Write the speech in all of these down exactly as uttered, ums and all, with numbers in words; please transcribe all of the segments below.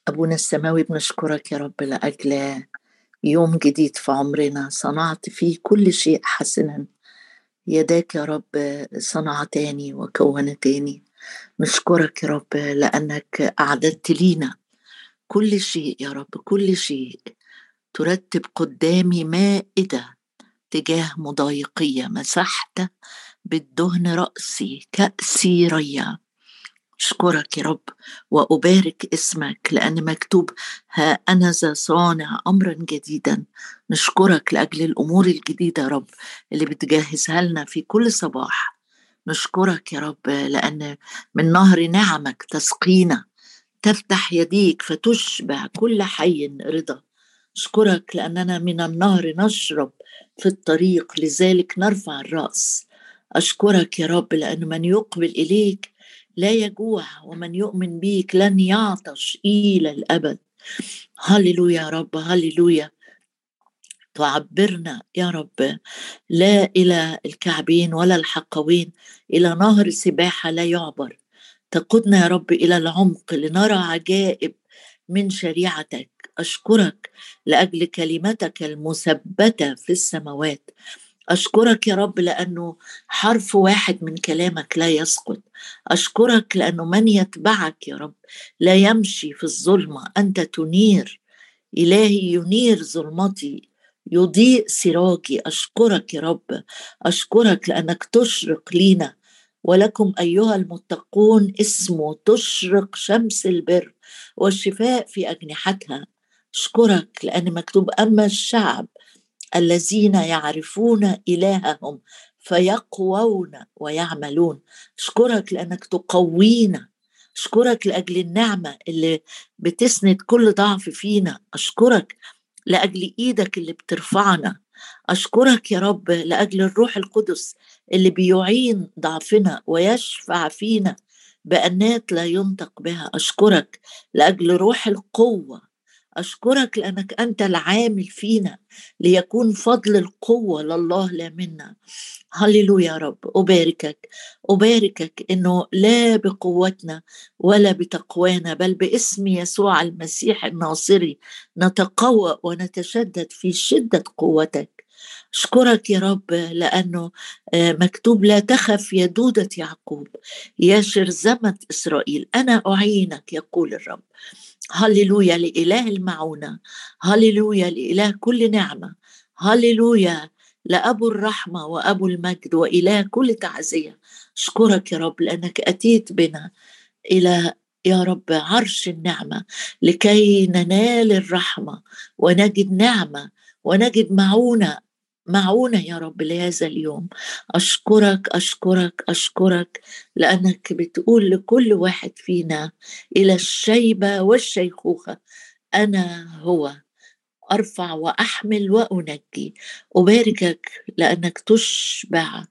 أبونا السماوي، بنشكرك يا رب لأجل يوم جديد في عمرنا صنعت فيه كل شيء حسنا. يداك يا رب صنعتاني وكونتاني. نشكرك يا رب لأنك أعددت لينا كل شيء يا رب، كل شيء. ترتب قدامي مائدة تجاه مضايقية، مسحت بالدهن رأسي، كأسي ريا. أشكرك يا رب وأبارك اسمك لأن مكتوب: ها أنا ذا صانع أمرا جديدا. نشكرك لأجل الأمور الجديدة يا رب اللي بتجهزها لنا في كل صباح. نشكرك يا رب لأن من نهر نعمك تسقينا، تفتح يديك فتشبع كل حي رضا. أشكرك لأننا من النهر نشرب في الطريق، لذلك نرفع الرأس. أشكرك يا رب لأن من يقبل إليك لا يجوع، ومن يؤمن بيك لن يعطش إلى الأبد. هللويا يا رب، هللويا. تعبرنا يا رب لا إلى الكعبين ولا الحقوين، إلى نهر سباحة لا يعبر. تقودنا يا رب إلى العمق لنرى عجائب من شريعتك. أشكرك لأجل كلمتك المثبتة في السماوات. أشكرك يا رب لأنه حرف واحد من كلامك لا يسقط. أشكرك لأنه من يتبعك يا رب لا يمشي في الظلمة، أنت تنير. إلهي ينير ظلمتي، يضيء سراجي. أشكرك يا رب، أشكرك لأنك تشرق لينا. ولكم أيها المتقون اسمه تشرق شمس البر والشفاء في أجنحتها. أشكرك لأن مكتوب: أما الشعب الذين يعرفون إلههم فيقوون ويعملون. أشكرك لأنك تقوينا. أشكرك لأجل النعمة اللي بتسند كل ضعف فينا. أشكرك لأجل إيدك اللي بترفعنا. أشكرك يا رب لأجل الروح القدس اللي بيعين ضعفنا ويشفع فينا بأنات لا ينطق بها. أشكرك لأجل روح القوة. أشكرك لأنك أنت العامل فينا ليكون فضل القوة لله لا منا. هللويا يا رب. أباركك أباركك إنه لا بقوتنا ولا بتقوانا، بل باسم يسوع المسيح الناصري نتقوى ونتشدد في شدة قوتك. أشكرك يا رب لأنه مكتوب: لا تخف يا دودة يعقوب، يا شرذمة إسرائيل، أنا أعينك يقول الرب. هللويا لإله المعونة، هللويا لإله كل نعمة، هللويا لأبو الرحمة وأبو المجد وإله كل تعزية. أشكرك يا رب لأنك أتيت بنا إلى يا رب عرش النعمة لكي ننال الرحمة ونجد نعمة ونجد معونة، معونة يا رب لهذا اليوم. أشكرك أشكرك أشكرك لأنك بتقول لكل واحد فينا: إلى الشيبة والشيخوخة أنا هو، أرفع وأحمل وأنجي. أباركك لأنك تشبع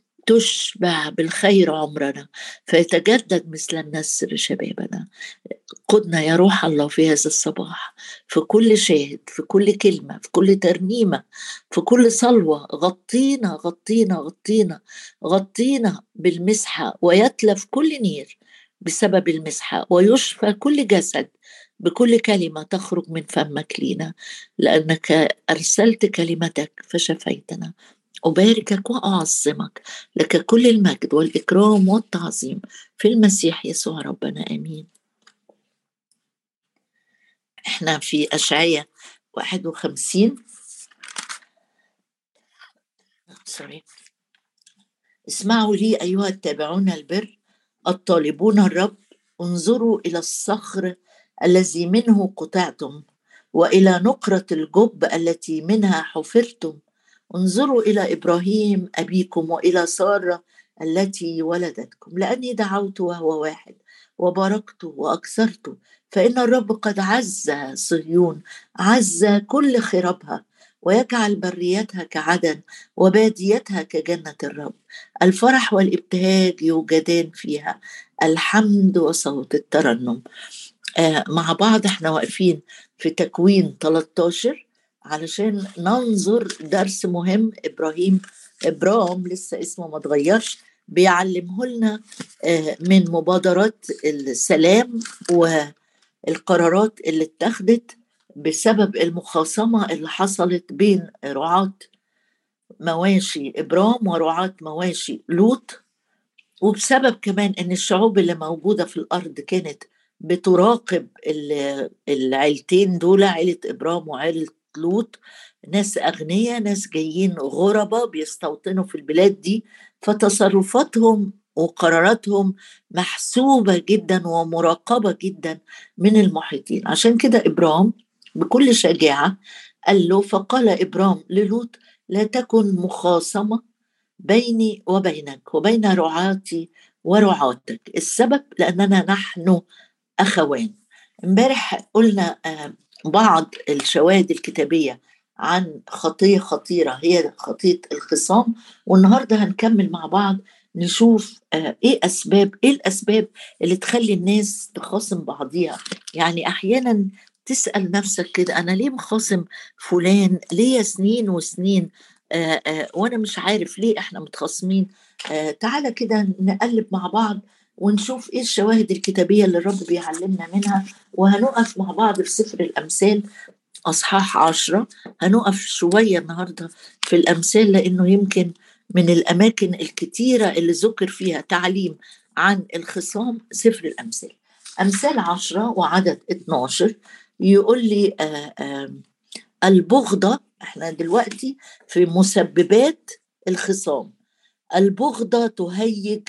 تشبع بالخير عمرنا، فيتجدد مثل النسر شبابنا. قدنا يا روح الله في هذا الصباح، في كل شاهد، في كل كلمة، في كل ترنيمة، في كل صلوة. غطينا غطينا غطينا غطينا بالمسحة، ويتلف كل نير بسبب المسحة، ويشفى كل جسد بكل كلمة تخرج من فمك لينا، لأنك أرسلت كلمتك فشفيتنا. أباركك وأعظمك، لك كل المجد والإكرام والتعظيم في المسيح يسوع ربنا، آمين. احنا في أشعية واحد وخمسين. سوري. اسمعوا لي أيها التابعون البر الطالبون الرب، انظروا إلى الصخر الذي منه قطعتم، وإلى نقرة الجب التي منها حفرتم. انظروا إلى إبراهيم أبيكم وإلى سارة التي ولدتكم، لأني دعوت وهو واحد، وباركت وأكثرت. فإن الرب قد عز صهيون، عز كل خرابها، ويجعل بريتها كعدن وباديتها كجنة الرب. الفرح والابتهاج يوجدان فيها، الحمد وصوت الترنم. آه مع بعض احنا واقفين في تكوين ثلاثة عشر علشان ننظر درس مهم. إبراهيم إبرام لسه اسمه ما اتغيرش، بيعلمه لنا آه من مبادرات السلام القرارات اللي اتخذت بسبب المخاصمة اللي حصلت بين رعاة مواشي إبرام ورعاة مواشي لوط، وبسبب كمان ان الشعوب اللي موجودة في الارض كانت بتراقب العيلتين دول، عيلة ابرام وعيلة لوط، ناس اغنياء، ناس جايين غرباء بيستوطنوا في البلاد دي، فتصرفاتهم وقراراتهم محسوبة جدا ومراقبة جدا من المحيطين. عشان كده ابرام بكل شجاعة قال له، فقال ابرام للوط: لا تكن مخاصمة بيني وبينك وبين رعاتي ورعاتك. السبب لأننا نحن أخوان. امبارح قلنا بعض الشواهد الكتابية عن خطية خطيرة هي خطية الخصام، والنهاردة هنكمل مع بعض نشوف ايه أسباب ايه الأسباب اللي تخلي الناس تخاصم بعضيها. يعني أحيانا تسأل نفسك كده، أنا ليه مخاصم فلان؟ ليه سنين وسنين آآ آآ وأنا مش عارف ليه إحنا متخاصمين. آآ تعالى كده نقلب مع بعض ونشوف إيه الشواهد الكتابية اللي الرب بيعلمنا منها. وهنقف مع بعض في سفر الأمثال أصحاح عشرة. هنقف شوية النهاردة في الأمثال لأنه يمكن من الأماكن الكتيرة اللي ذكر فيها تعليم عن الخصام سفر الأمثال. أمثال عشرة وعدد اتناشر يقول لي آآ آآ البغضة، احنا دلوقتي في مسببات الخصام. البغضة تهيج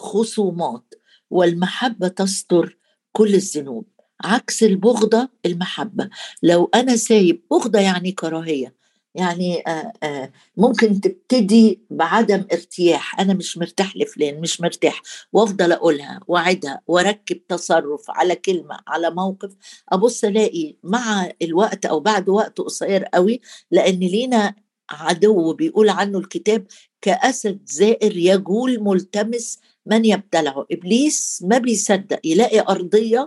خصومات، والمحبة تستر كل الذنوب. عكس البغضة المحبة. لو أنا سايب بغضة يعني كراهية، يعني آآ آآ ممكن تبتدي بعدم ارتياح، أنا مش مرتاح لفلان، مش مرتاح، وأفضل أقولها وأعدها وأركب تصرف على كلمة على موقف، أبص ألاقي مع الوقت أو بعد وقت قصير قوي، لأن لينا عدو بيقول عنه الكتاب كأسد زائر يجول ملتمس من يبتلعه. إبليس ما بيصدق يلاقي أرضية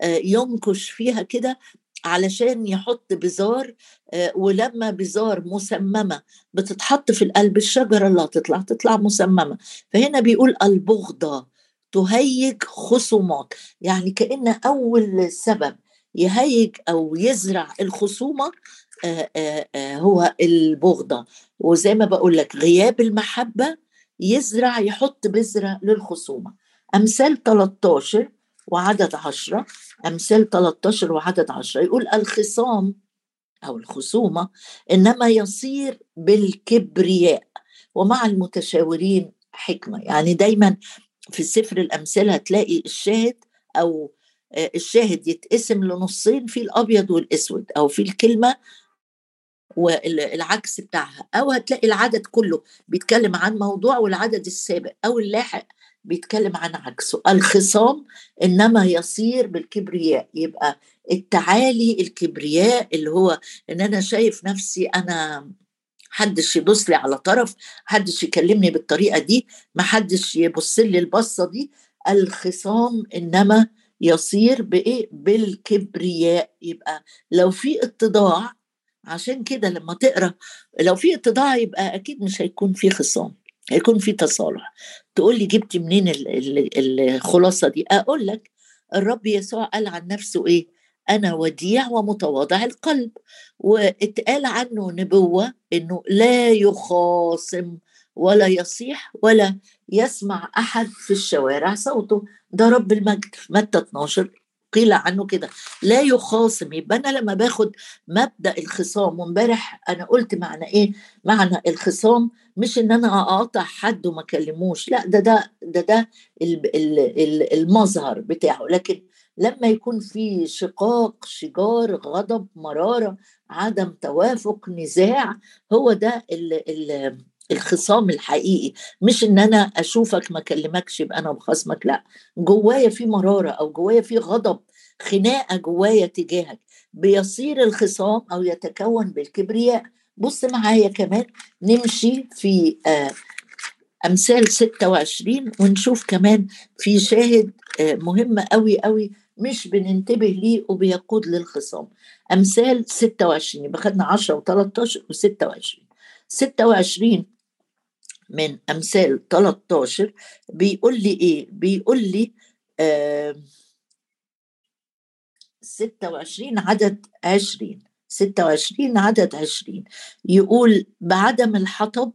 ينكش فيها كده علشان يحط بذار، ولما بذار مسممة بتتحط في القلب، الشجرة اللي هتطلع تطلع مسممة. فهنا بيقول البغضة تهيج خصومات، يعني كأن أول سبب يهيج أو يزرع الخصومة آآ آآ هو البغضة. وزي ما بقول لك غياب المحبة يزرع يحط بذرة للخصومة. أمثال تلتاشر وعدد عشرة. أمثال تلتاشر وعدد عشرة يقول الخصام أو الخصومة إنما يصير بالكبرياء، ومع المتشاورين حكمة. يعني دايما في سفر الأمثال هتلاقي الشاهد أو الشاهد يتقسم لنصين، في الأبيض والأسود، أو في الكلمة والعكس بتاعها، أو هتلاقي العدد كله بيتكلم عن موضوع والعدد السابق أو اللاحق بيتكلم عن عكسه. الخصام إنما يصير بالكبرياء، يبقى التعالي الكبرياء اللي هو إن أنا شايف نفسي أنا محدش يبص لي على طرف، محدش يكلمني بالطريقة دي، محدش يبص لي البصة دي. الخصام إنما يصير بإيه؟ بالكبرياء. يبقى لو في اتضاع، عشان كده لما تقرأ لو في اتضاع يبقى أكيد مش هيكون في خصام، هيكون في تصالح. تقول لي جبت منين الخلاصة دي؟ أقول لك الرب يسوع قال عن نفسه إيه؟ أنا وديع ومتواضع القلب، واتقال عنه نبوة إنه لا يخاصم ولا يصيح ولا يسمع أحد في الشوارع صوته. ده رب المجد في متى اتناشر قيل عنه كده لا يخاصم. يبقى أنا لما باخد مبدأ الخصام، وامبارح أنا قلت معنى إيه معنى الخصام، مش إن أنا أقاطع حد وما كلموش، لا، ده ده ده ده المظهر بتاعه. لكن لما يكون في شقاق، شجار، غضب، مرارة، عدم توافق، نزاع، هو ده ال ال الخصام الحقيقي. مش ان انا اشوفك ما كلمكش يبقى انا بخصمك، لا، جوايا في مرارة او جوايا في غضب، خناقة جوايا تجاهك، بيصير الخصام او يتكون بالكبرياء. بص معايا كمان نمشي في آه أمثال ستة وعشرين ونشوف كمان في شاهد آه مهم قوي قوي مش بننتبه ليه وبيقود للخصام. أمثال ستة وعشرين، يبقى خدنا عشرة وتلتاشر وستة وعشرين. ستة وعشرين من أمثال تلتاشر بيقول لي إيه؟ بيقول لي آه ستة وعشرين عدد عشرين، ستة وعشرين عدد عشرين يقول بعدم الحطب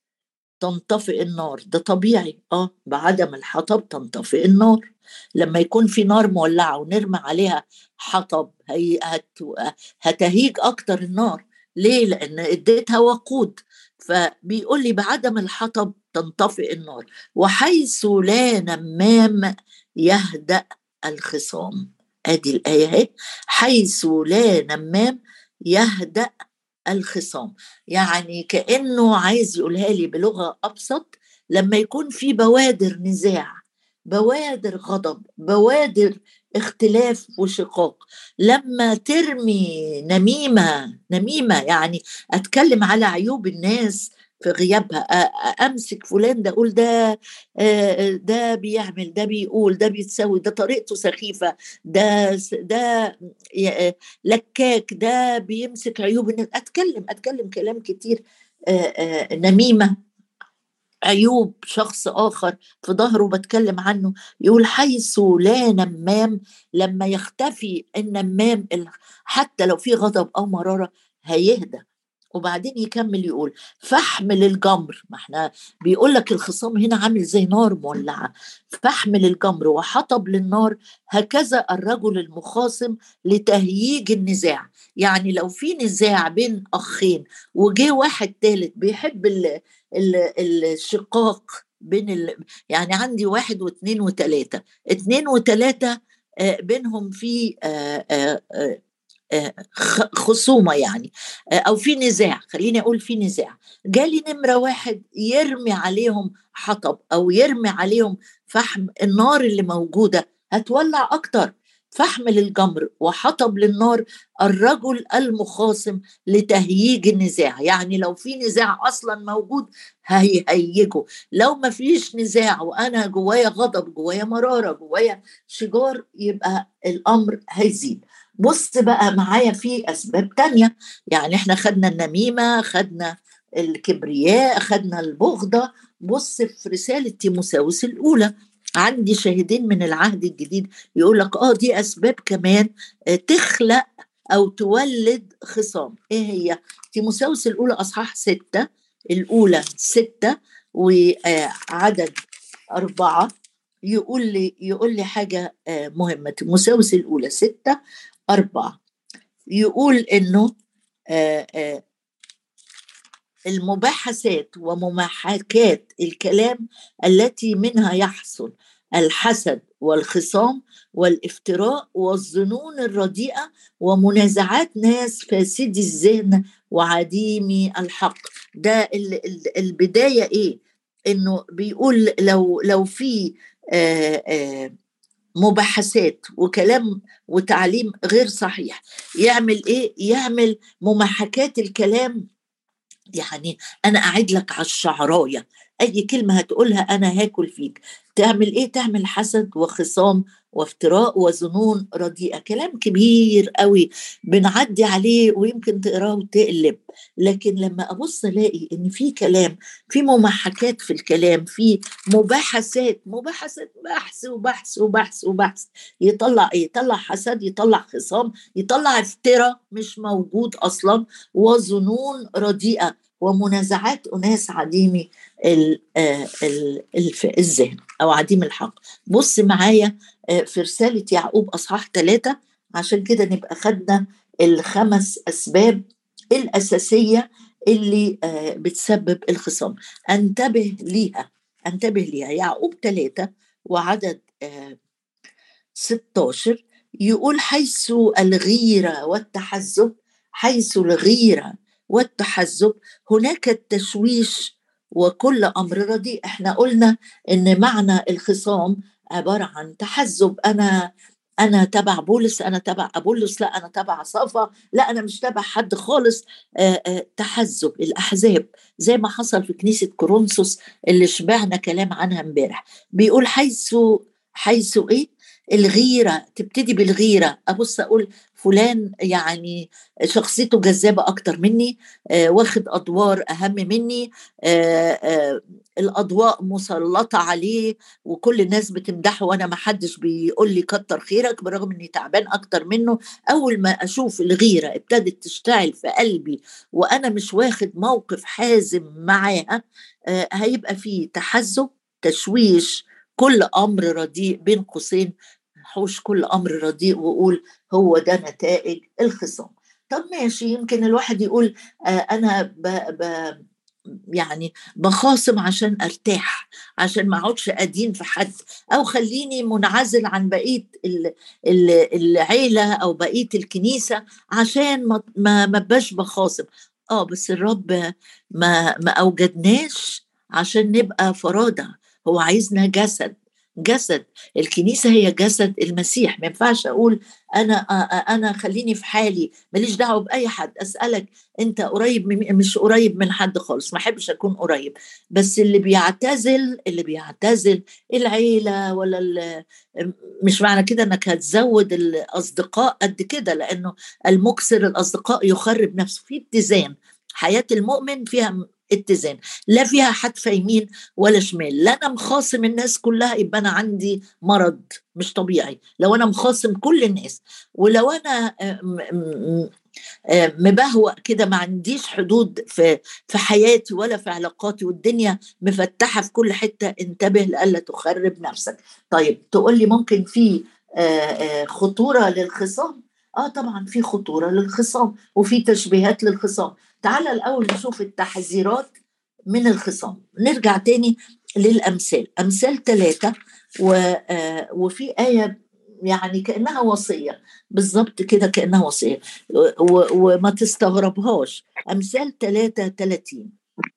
تنطفئ النار. ده طبيعي، اه بعدم الحطب تنطفئ النار. لما يكون في نار مولعة ونرمي عليها حطب هي هت... هتهيج اكتر النار. ليه؟ لان اديتها وقود. فبيقول لي بعدم الحطب تنطفئ النار، وحيث لا نمام يهدأ الخصام. ادي الآية اهي، حيث لا نمام يهدأ الخصام. يعني كأنه عايز يقولها لي بلغة أبسط، لما يكون في بوادر نزاع، بوادر غضب، بوادر اختلاف وشقاق، لما ترمي نميمة نميمة يعني أتكلم على عيوب الناس في غيابها، أمسك فلان ده أقول ده ده بيعمل، ده بيقول، ده بيتسوي، ده طريقته سخيفة، ده ده لكاك، ده بيمسك عيوب الناس. اتكلم اتكلم كلام كتير، آآ آآ نميمة، عيوب شخص آخر في ظهره بتكلم عنه. يقول حيث لا نمام، لما يختفي النمام حتى لو في غضب أو مرارة هيهدى. وبعدين يكمل يقول فاحمل الجمر. ما احنا بيقول لك الخصام هنا عامل زي نار مولعة. فاحمل الجمر وحطب للنار، هكذا الرجل المخاصم لتهييج النزاع. يعني لو في نزاع بين أخين وجي واحد ثالث بيحب ال ال الشقاق بين ال... يعني عندي واحد واثنين وثلاثة، اثنين وثلاثة آه بينهم في آه آه آه خصومة يعني، أو في نزاع، خليني أقول في نزاع. جالي نمرة واحد يرمي عليهم حطب أو يرمي عليهم فحم، النار اللي موجودة هتولع أكتر. فحمل الجمر وحطب للنار الرجل المخاصم لتهييج النزاع. يعني لو في نزاع أصلا موجود هيهيجه، لو ما فيش نزاع وأنا جوايا غضب، جوايا مرارة، جوايا شجار، يبقى الأمر هيزيد. بص بقى معايا في أسباب تانية. يعني احنا خدنا النميمة، خدنا الكبرياء، خدنا البغضة. بص في رسالة تيموثاوس الأولى، عندي شاهدين من العهد الجديد يقول لك اه دي أسباب كمان تخلق أو تولد خصام. ايه هي؟ تيموثاوس الأولى أصحاح ستة، الأولى ستة وعدد أربعة، يقول لي يقول لي حاجة مهمة. تيموثاوس الأولى ستة أربعة يقول إنه آآ آآ المباحثات ومماحكات الكلام التي منها يحصل الحسد والخصام والافتراء والظنون الرديئة ومنازعات ناس فاسدي الذهن وعديمي الحق. ده البداية إيه؟ إنه بيقول لو لو في آآ آآ مباحثات وكلام وتعليم غير صحيح، يعمل ايه؟ يعمل مماحكات الكلام. يعني انا اعد لك على الشعرايه، اي كلمه هتقولها انا هاكل فيك. تعمل ايه؟ تعمل حسد وخصام وافتراء وظنون رديئه. كلام كبير قوي بنعدي عليه ويمكن تقراه وتقلب، لكن لما ابص الاقي ان في كلام، في ممحكات في الكلام، في مباحثات مباحثات بحث وبحث وبحث وبحث، يطلع ايه؟ يطلع حسد، يطلع خصام، يطلع افتراء مش موجود اصلا، وظنون رديئه ومنازعات أناس عديمي الذهن أو عديم الحق. بص معايا في رسالة يعقوب أصحاح ثلاثة، عشان كده نبقى خدنا الخمس أسباب الأساسية اللي بتسبب الخصام. انتبه ليها، انتبه ليها. يعقوب ثلاثة وعدد ستاشر يقول حيث الغيرة والتحزب، حيث الغيرة والتحزب هناك التشويش وكل أمر رديء. احنا قلنا ان معنى الخصام عبارة عن تحزب. انا انا تبع بولس، انا تبع ابولس، لا انا تبع صفا، لا انا مش تبع حد خالص. آآ آآ تحزب، الاحزاب، زي ما حصل في كنيسة كورنثوس اللي شبعنا كلام عنها امبارح. بيقول حيث حيث ايه الغيرة تبتدي بالغيرة، أبص أقول فلان يعني شخصيته جذابة أكتر مني، آه، واخد أدوار أهم مني، آه، آه، الأضواء مسلطة عليه وكل الناس بتمدحه وأنا ما حدش بيقول لي كتر خيرك برغم أني تعبان أكتر منه. أول ما أشوف الغيرة ابتدت تشتعل في قلبي وأنا مش واخد موقف حازم معاها، آه، هيبقى فيه تحزب، تشويش. كل أمر رديء بين قوسين، حوش كل أمر رديء وقول هو ده نتائج الخصام. طب ماشي، يمكن الواحد يقول آه أنا ب ب يعني بخاصم عشان ارتاح، عشان ما اقعدش ادين في حد، او خليني منعزل عن بقيه ال- ال- العيله او بقيه الكنيسه عشان ما ما ما بقاش بخاصم. اه بس الرب ما ما اوجدناش عشان نبقى فرادة، هو عايزنا جسد. جسد الكنيسة هي جسد المسيح. ما ينفعش أقول أنا أنا خليني في حالي ماليش دعوة بأي حد. أسألك أنت قريب من، مش قريب من حد خالص، ما أحبش أكون قريب، بس اللي بيعتزل اللي بيعتزل العيلة ولا ال- مش معنى كده أنك هتزود الأصدقاء قد كده، لأنه المكسر الأصدقاء يخرب نفسه. في اتزان، حياة المؤمن فيها اتزان، لا فيها حتف يمين ولا شمال. لا انا مخاصم الناس كلها يبقى انا عندي مرض مش طبيعي. لو انا مخاصم كل الناس، ولو انا آه، م- م- آه، مبهوأ كده ما عنديش حدود في في حياتي ولا في علاقاتي والدنيا مفتحة في كل حتة، انتبه لألا تخرب نفسك. طيب تقول لي ممكن في آه، آه، خطورة للخصام؟ اه طبعا في خطورة للخصام وفي تشبيهات للخصام. تعال الأول نشوف التحذيرات من الخصام. نرجع تاني للأمثال، أمثال ثلاثة و... آه، وفي آية يعني كأنها وصية، بالظبط كده كأنها وصية، و... وما تستغربهاش. أمثال ثلاثة ثلاثين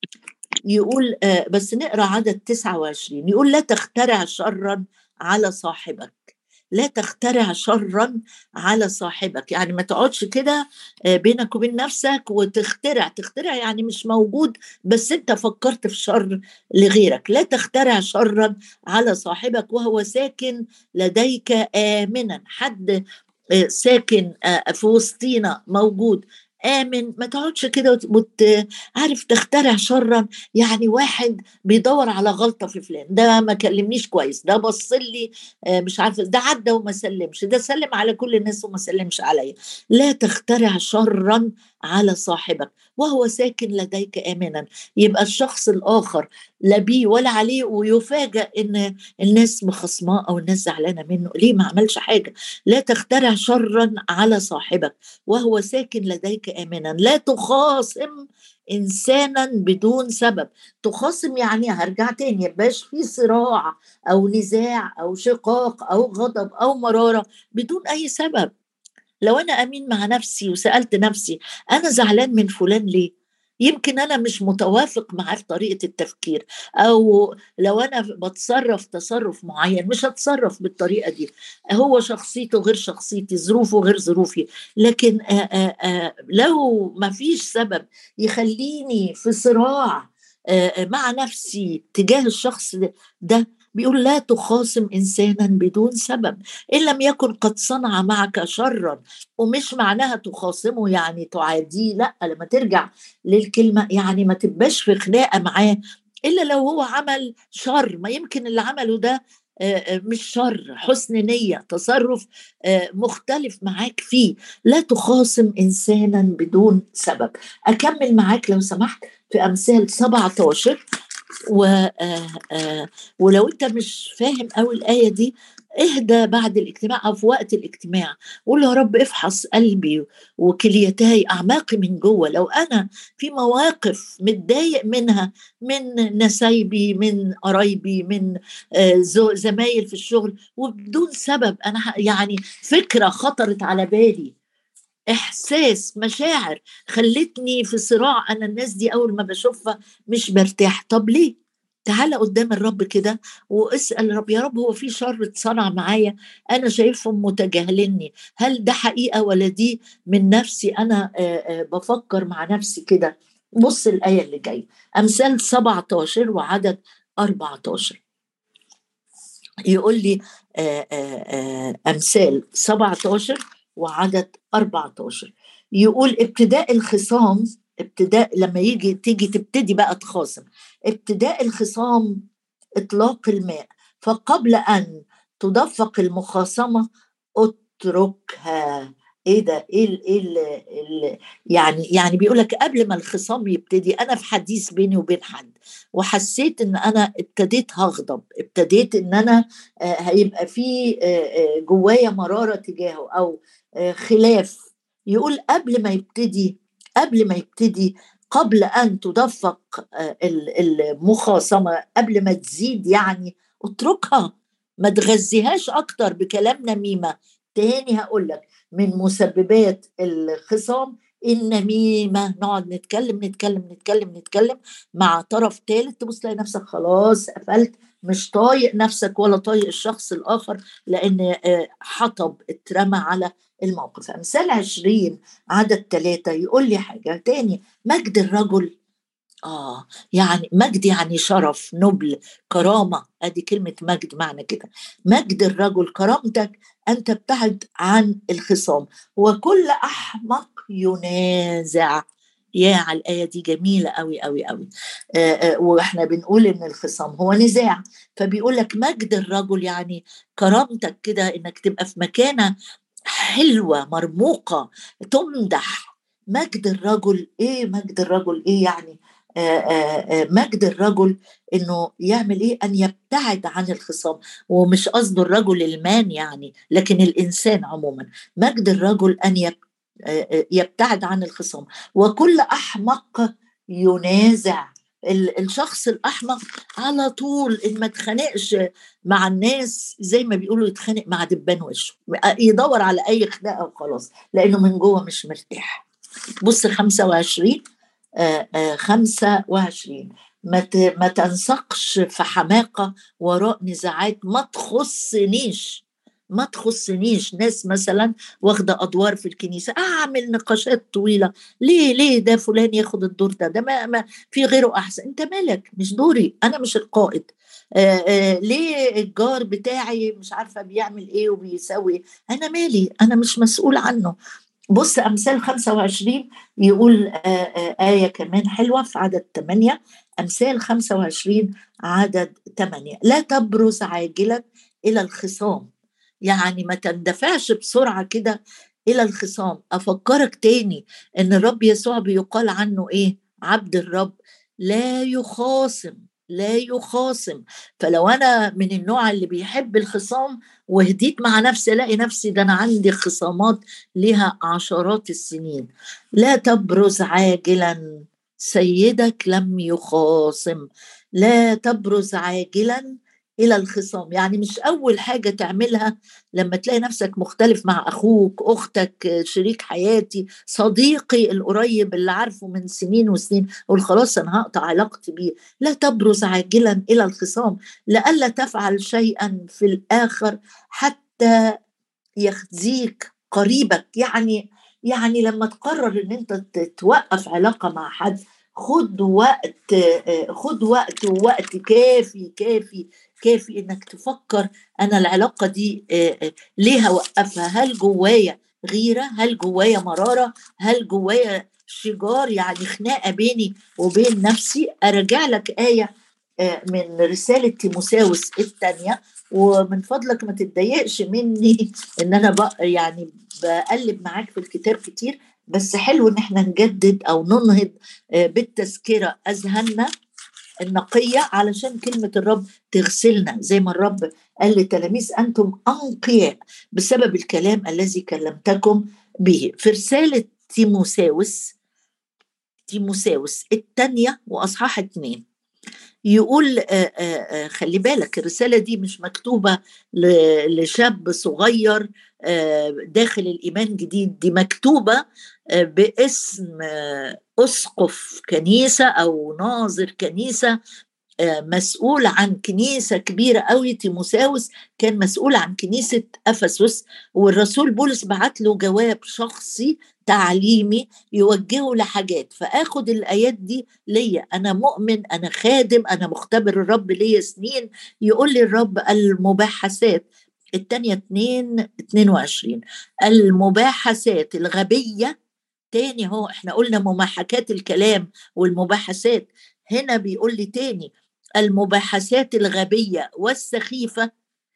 يقول آه، بس نقرأ عدد تسعة وعشرين، يقول لا تخترع شرا على صاحبك. لا تخترع شرا على صاحبك، يعني ما تقعدش كده آه، بينك وبين نفسك وتخترع. تخترع يعني مش موجود بس انت فكرت في شر لغيرك. لا تخترع شرا على صاحبك وهو ساكن لديك آمنا. حد آه، ساكن آه، في وسطينا موجود آمن، ما تقعدش كده وت... وت- عارف تخترع شرا. يعني واحد بيدور على غلطة في فلان، ده ما كلمنيش كويس، ده بص لي آه، مش عارفه، ده عدى وما سلمش، ده سلم على كل الناس وما سلمش عليا. لا تخترع شرا على صاحبك وهو ساكن لديك آمنا. يبقى الشخص الآخر لا بيه ولا عليه ويفاجأ إن الناس مخصماه أو الناس زعلانة منه، ليه؟ ما عملش حاجة. لا تخترع شرا على صاحبك وهو ساكن لديك آمنا. لا تخاصم إنسانا بدون سبب. تخاصم يعني هرجع تاني، يبقاش في صراع او نزاع او شقاق او غضب او مراره بدون اي سبب. لو انا امين مع نفسي وسالت نفسي انا زعلان من فلان ليه، يمكن انا مش متوافق معاه في طريقه التفكير، او لو انا بتصرف تصرف معين مش هتصرف بالطريقه دي. هو شخصيته غير شخصيتي، ظروفه غير ظروفي، لكن آآ آآ لو ما فيش سبب يخليني في صراع آآ مع نفسي تجاه الشخص ده، بيقول لا تخاصم إنسانا بدون سبب إن لم يكن قد صنع معك شرا. ومش معناها تخاصمه يعني تعاديه، لا، لما ترجع للكلمة يعني ما تبقاش في خناقة معاه إلا لو هو عمل شر. ما يمكن اللي عمله ده آه، آه، مش شر، حسن نية، تصرف آه، مختلف معاك فيه. لا تخاصم إنسانا بدون سبب. أكمل معاك لو سمحت في أمثال سبعتاشر و آه، آه، ولو انت مش فاهم قوي الآية دي، اهدى بعد الاجتماع او في وقت الاجتماع قول يا رب افحص قلبي وكليتاي اعماقي من جوه. لو انا في مواقف متضايق منها، من نسايبي، من قرايبي، من آه، زو- زمايل في الشغل وبدون سبب، انا ح- يعني فكرة خطرت على بالي، احساس، مشاعر خلتني في صراع، انا الناس دي اول ما بشوفها مش برتاح. طب ليه؟ تعالى قدام الرب كده واسأل الرب، يا رب هو في شر اتصنع معايا انا شايفهم متجاهليني، هل ده حقيقة ولا دي من نفسي انا آه، آه، بفكر مع نفسي كده. بص الآية اللي جاية، أمثال سبعتاشر وعدد أربعتاشر، يقول لي آآ آآ أمثال سبعتاشر وعدد أربعتاشر، يقول ابتداء الخصام، ابتداء لما يجي تيجي تبتدي بقى تخاصم، ابتداء الخصام إطلاق الماء، فقبل أن تدفق المخاصمة اتركها. ايه ده؟ ايه ال ايه ال ال يعني يعني بيقول لك قبل ما الخصام يبتدي، انا في حديث بيني وبين حد وحسيت ان انا ابتديت هغضب، ابتديت ان انا آه، هيبقى في آه، آه، جوايا مرارة تجاهه او آه، خلاف، يقول قبل ما يبتدي، قبل ما يبتدي قبل ان تدفق آه، ال- المخاصمة، قبل ما تزيد يعني اتركها، ما تغذيهاش اكتر بكلام نميمة. تاني هقول لك من مسببات الخصام النميمة، نقعد نتكلم نتكلم نتكلم نتكلم مع طرف ثالث، تبص تلاقي نفسك خلاص قفلت، مش طايق نفسك ولا طايق الشخص الآخر، لأن آه، حطب اترمى على الموقف. أمثال عشرين عدد ثلاثة يقول لي حاجة تاني، مجد الرجل. آه يعني مجد يعني شرف، نبل، كرامة، أدي كلمة مجد معنى كده. مجد الرجل كرامتك أن تبتعد عن الخصام، وكل أحمق ينازع. يا على الآية دي جميلة أوي أوي أوي. آه آه وإحنا بنقول إن الخصام هو نزاع، فبيقول لك مجد الرجل يعني كرامتك كده، إنك تبقى في مكانة حلوة مرموقة تمدح. مجد الرجل إيه؟ مجد الرجل إيه يعني؟ آه، آه، آه، مجد الرجل انه يعمل ايه؟ ان يبتعد عن الخصام، ومش قصده الرجل المان يعني، لكن الانسان عموما. مجد الرجل ان يب- آه، آه، يبتعد عن الخصام، وكل احمق ينازع. ال- الشخص الاحمق على طول ان ما تخانقش مع الناس، زي ما بيقولوا يتخانق مع دبان وشه، يدور على اي خناقه وخلاص، لانه من جوه مش مرتاح. بص خمسة وعشرين، آه، آه، خمسة وعشرين، ما ت- ما تنسقش في حماقة وراء نزاعات ما تخصنيش. ما تخصنيش. ناس مثلا واخدة أدوار في الكنيسة، أعمل نقاشات طويلة، ليه ليه ده فلان ياخد الدور ده، ده ما, ما في غيره أحسن. أنت مالك؟ مش دوري، أنا مش القائد. آه آه ليه الجار بتاعي مش عارفة بيعمل إيه وبيسوي إيه؟ أنا مالي؟ أنا مش مسؤول عنه. بص أمثال خمسة وعشرين يقول آه، آه، آية كمان حلوة في عدد ثمانية. أمثال خمسة وعشرين عدد ثمانية، لا تبرز عاجلا إلى الخصام، يعني ما تندفعش بسرعة كده إلى الخصام. أفكرك تاني إن الرب يسوع بيقال عنه إيه؟ عبد الرب لا يخاصم، لا يخاصم. فلو أنا من النوع اللي بيحب الخصام وهديت مع نفسي، الاقي نفسي ده انا عندي خصامات لها عشرات السنين. لا تبرز عاجلا، سيدك لم يخاصم. لا تبرز عاجلا إلى الخصام، يعني مش أول حاجة تعملها لما تلاقي نفسك مختلف مع أخوك، أختك، شريك حياتي، صديقي القريب اللي عارفه من سنين وسنين، قول خلاص أنا هقطع علاقتي بيه. لا تبرز عاجلا إلى الخصام، لئلا تفعل شيئا في الآخر حتى يخزيك قريبك. يعني يعني لما تقرر ان انت ت- توقف علاقة مع حد، خد وقت، آه، خد وقت ووقت كافي كافي كافي انك تفكر، انا العلاقة دي آه، آه، ليه هوقفها؟ هل جوايا غيرة؟ هل جوايا مرارة؟ هل جوايا شجار يعني خناقة بيني وبين نفسي؟ ارجع لك آية آه، من رسالة تيموساوس الثانية، ومن فضلك ما تتضايقش مني ان انا بق يعني بقلب معاك في الكتاب كتير، بس حلو ان احنا نجدد او ننهض آه، بالتذكرة اذهاننا النقية، علشان كلمة الرب تغسلنا زي ما الرب قال لتلاميذ أنتم أنقياء بسبب الكلام الذي كلمتكم به. في رسالة تيموساوس، تيموساوس الثانية وأصحاح اتنين، يقول آه، آه، آه، خلي بالك الرسالة دي مش مكتوبة ل- لشاب صغير آه، داخل الإيمان جديد، دي مكتوبة آه، باسم آه، أسقف كنيسة أو ناظر كنيسة مسؤول عن كنيسة كبيرة قوي. تيموساوس كان مسؤول عن كنيسة أفسس، والرسول بولس بعت له جواب شخصي تعليمي يوجهه لحاجات. فاخد الآيات دي ليا، أنا مؤمن، أنا خادم، أنا مختبر الرب ليا سنين. يقول لي الرب المباحثات التانية اتنين اتنين وعشرين، المباحثات الغبية. تاني هو احنا قلنا مماحكات الكلام والمباحثات، هنا بيقول لي تاني المباحثات الغبية والسخيفة.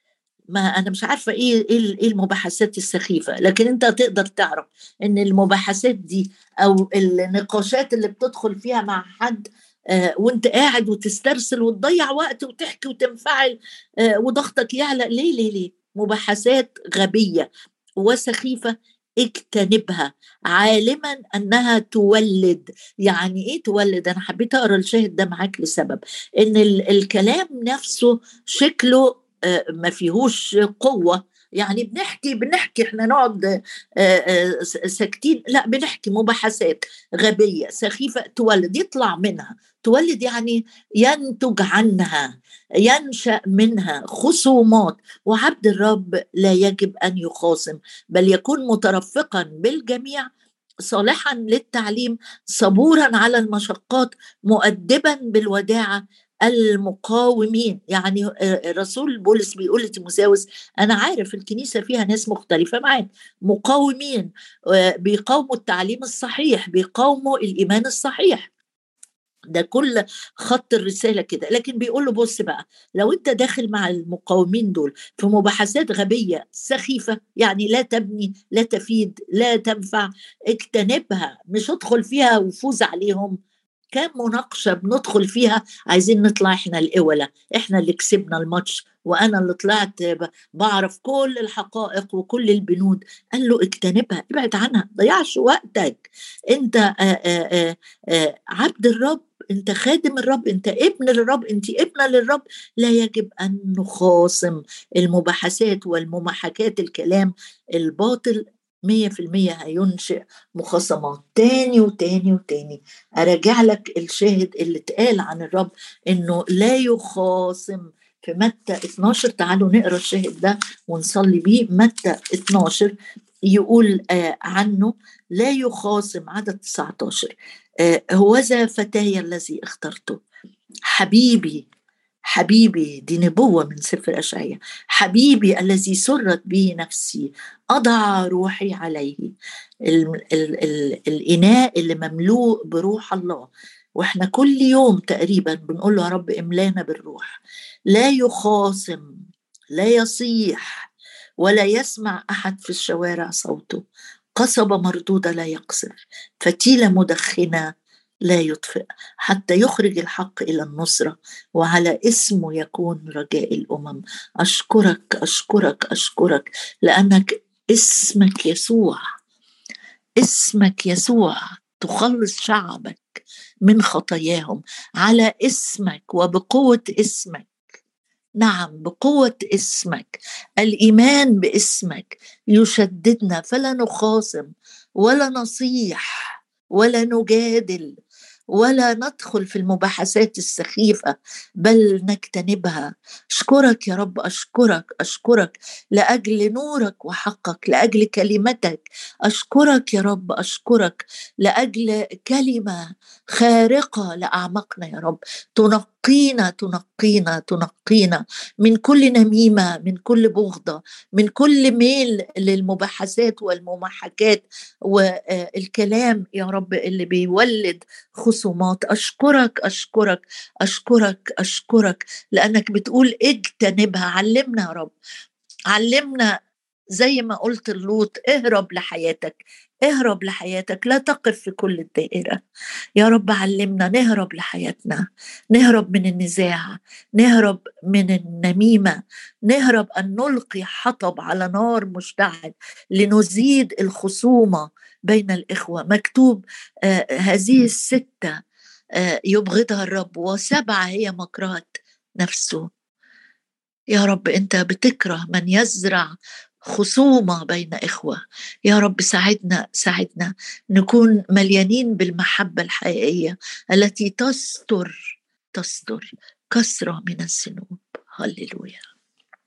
ما انا مش عارفة ايه ايه إيه المباحثات السخيفة، لكن انت تقدر تعرف ان المباحثات دي او النقاشات اللي بتدخل فيها مع حد آه وانت قاعد وتسترسل وتضيع وقت وتحكي وتنفعل آه وضغطك يعلى. ليه ليه ليه مباحثات غبية وسخيفة اجتنبها، عالما انها تولد. يعني ايه تولد؟ انا حبيت اقرا الشاهد ده معاك لسبب ان ال- الكلام نفسه شكله آه، ما فيهوش قوة. يعني بنحكي بنحكي احنا نقعد آه، آه، س- ساكتين؟ لا، بنحكي مباحثات غبية سخيفة تولد، يطلع منها تولد، يعني ينتج عنها، ينشأ منها خصومات. وعبد الرب لا يجب أن يخاصم، بل يكون مترفقا بالجميع، صالحا للتعليم، صبورا على المشقات، مؤدبا بالوداعة، المقاومين. يعني آه، الرسول بولس بيقول لتيموثاوس انا عارف الكنيسه فيها ناس مختلفه معاك، مقاومين، آه، بيقاوموا التعليم الصحيح، بيقاوموا الايمان الصحيح. ده كل خط الرسالة كده. لكن بيقول له بص بقى، لو انت داخل مع المقاومين دول في مباحثات غبية سخيفة، يعني لا تبني لا تفيد لا تنفع، اجتنبها. مش ادخل فيها وفوز عليهم. كام مناقشة بندخل فيها عايزين نطلع احنا الأولى، احنا اللي كسبنا الماتش، وانا اللي طلعت ب- بعرف كل الحقائق وكل البنود. قال له اجتنبها، ابعد عنها، ضيعش وقتك. انت آآ آآ آآ عبد الرب، انت خادم الرب، انت ابن للرب، انت ابنة للرب. لا يجب ان نخاصم المباحثات والمماحكات، الكلام الباطل مية في المية هينشئ مخاصمات تاني وتاني وتاني. أراجع لك الشاهد اللي اتقال عن الرب إنه لا يخاصم في متى اتناشر. تعالوا نقرأ الشاهد ده ونصلي بيه. متى اتناشر يقول آه عنه لا يخاصم. عدد تسعتاشر آه هوذا فتاي الذي اخترته، حبيبي، حبيبي، دي نبوة من سفر أشعياء، حبيبي الذي سرت به نفسي، أضع روحي عليه. ال ال ال الإناء اللي مملوء بروح الله، واحنا كل يوم تقريبا بنقول له يا رب املانا بالروح. لا يخاصم، لا يصيح، ولا يسمع أحد في الشوارع صوته، قصبة مردودة لا يقصف، فتيلة مدخنة لا يطفئ، حتى يخرج الحق إلى النصرة، وعلى اسمه يكون رجاء الأمم. أشكرك أشكرك أشكرك لأنك اسمك يسوع، اسمك يسوع تخلص شعبك من خطاياهم. على اسمك وبقوة اسمك، نعم بقوة اسمك، الإيمان باسمك يشددنا، فلا نخاصم ولا نصيح ولا نجادل ولا ندخل في المباحثات السخيفة، بل نجتنبها. أشكرك يا رب، أشكرك أشكرك لأجل نورك وحقك، لأجل كلمتك. أشكرك يا رب، أشكرك لأجل كلمة خارقة لأعماقنا يا رب، تنقينا تنقينا تنقينا من كل نميمة، من كل بغضة، من كل ميل للمباحثات والمماحكات والكلام يا رب اللي بيولد خصومات. أشكرك أشكرك أشكرك أشكرك لأنك بتقول اجتنبها. علمنا يا رب، علمنا زي ما قلت اللوط، اهرب لحياتك، اهرب لحياتك، لا تقف في كل الدائرة. يا رب علمنا نهرب لحياتنا، نهرب من النزاع، نهرب من النميمة، نهرب أن نلقي حطب على نار مشتعل لنزيد الخصومة بين الإخوة. مكتوب آه هذه الستة آه يبغضها الرب، وسبعة هي مكرهة نفسه. يا رب أنت بتكره من يزرع خصومة بين إخوة. يا رب ساعدنا ساعدنا نكون مليانين بالمحبة الحقيقية التي تستر تستر كثرة من الذنوب. هللويا.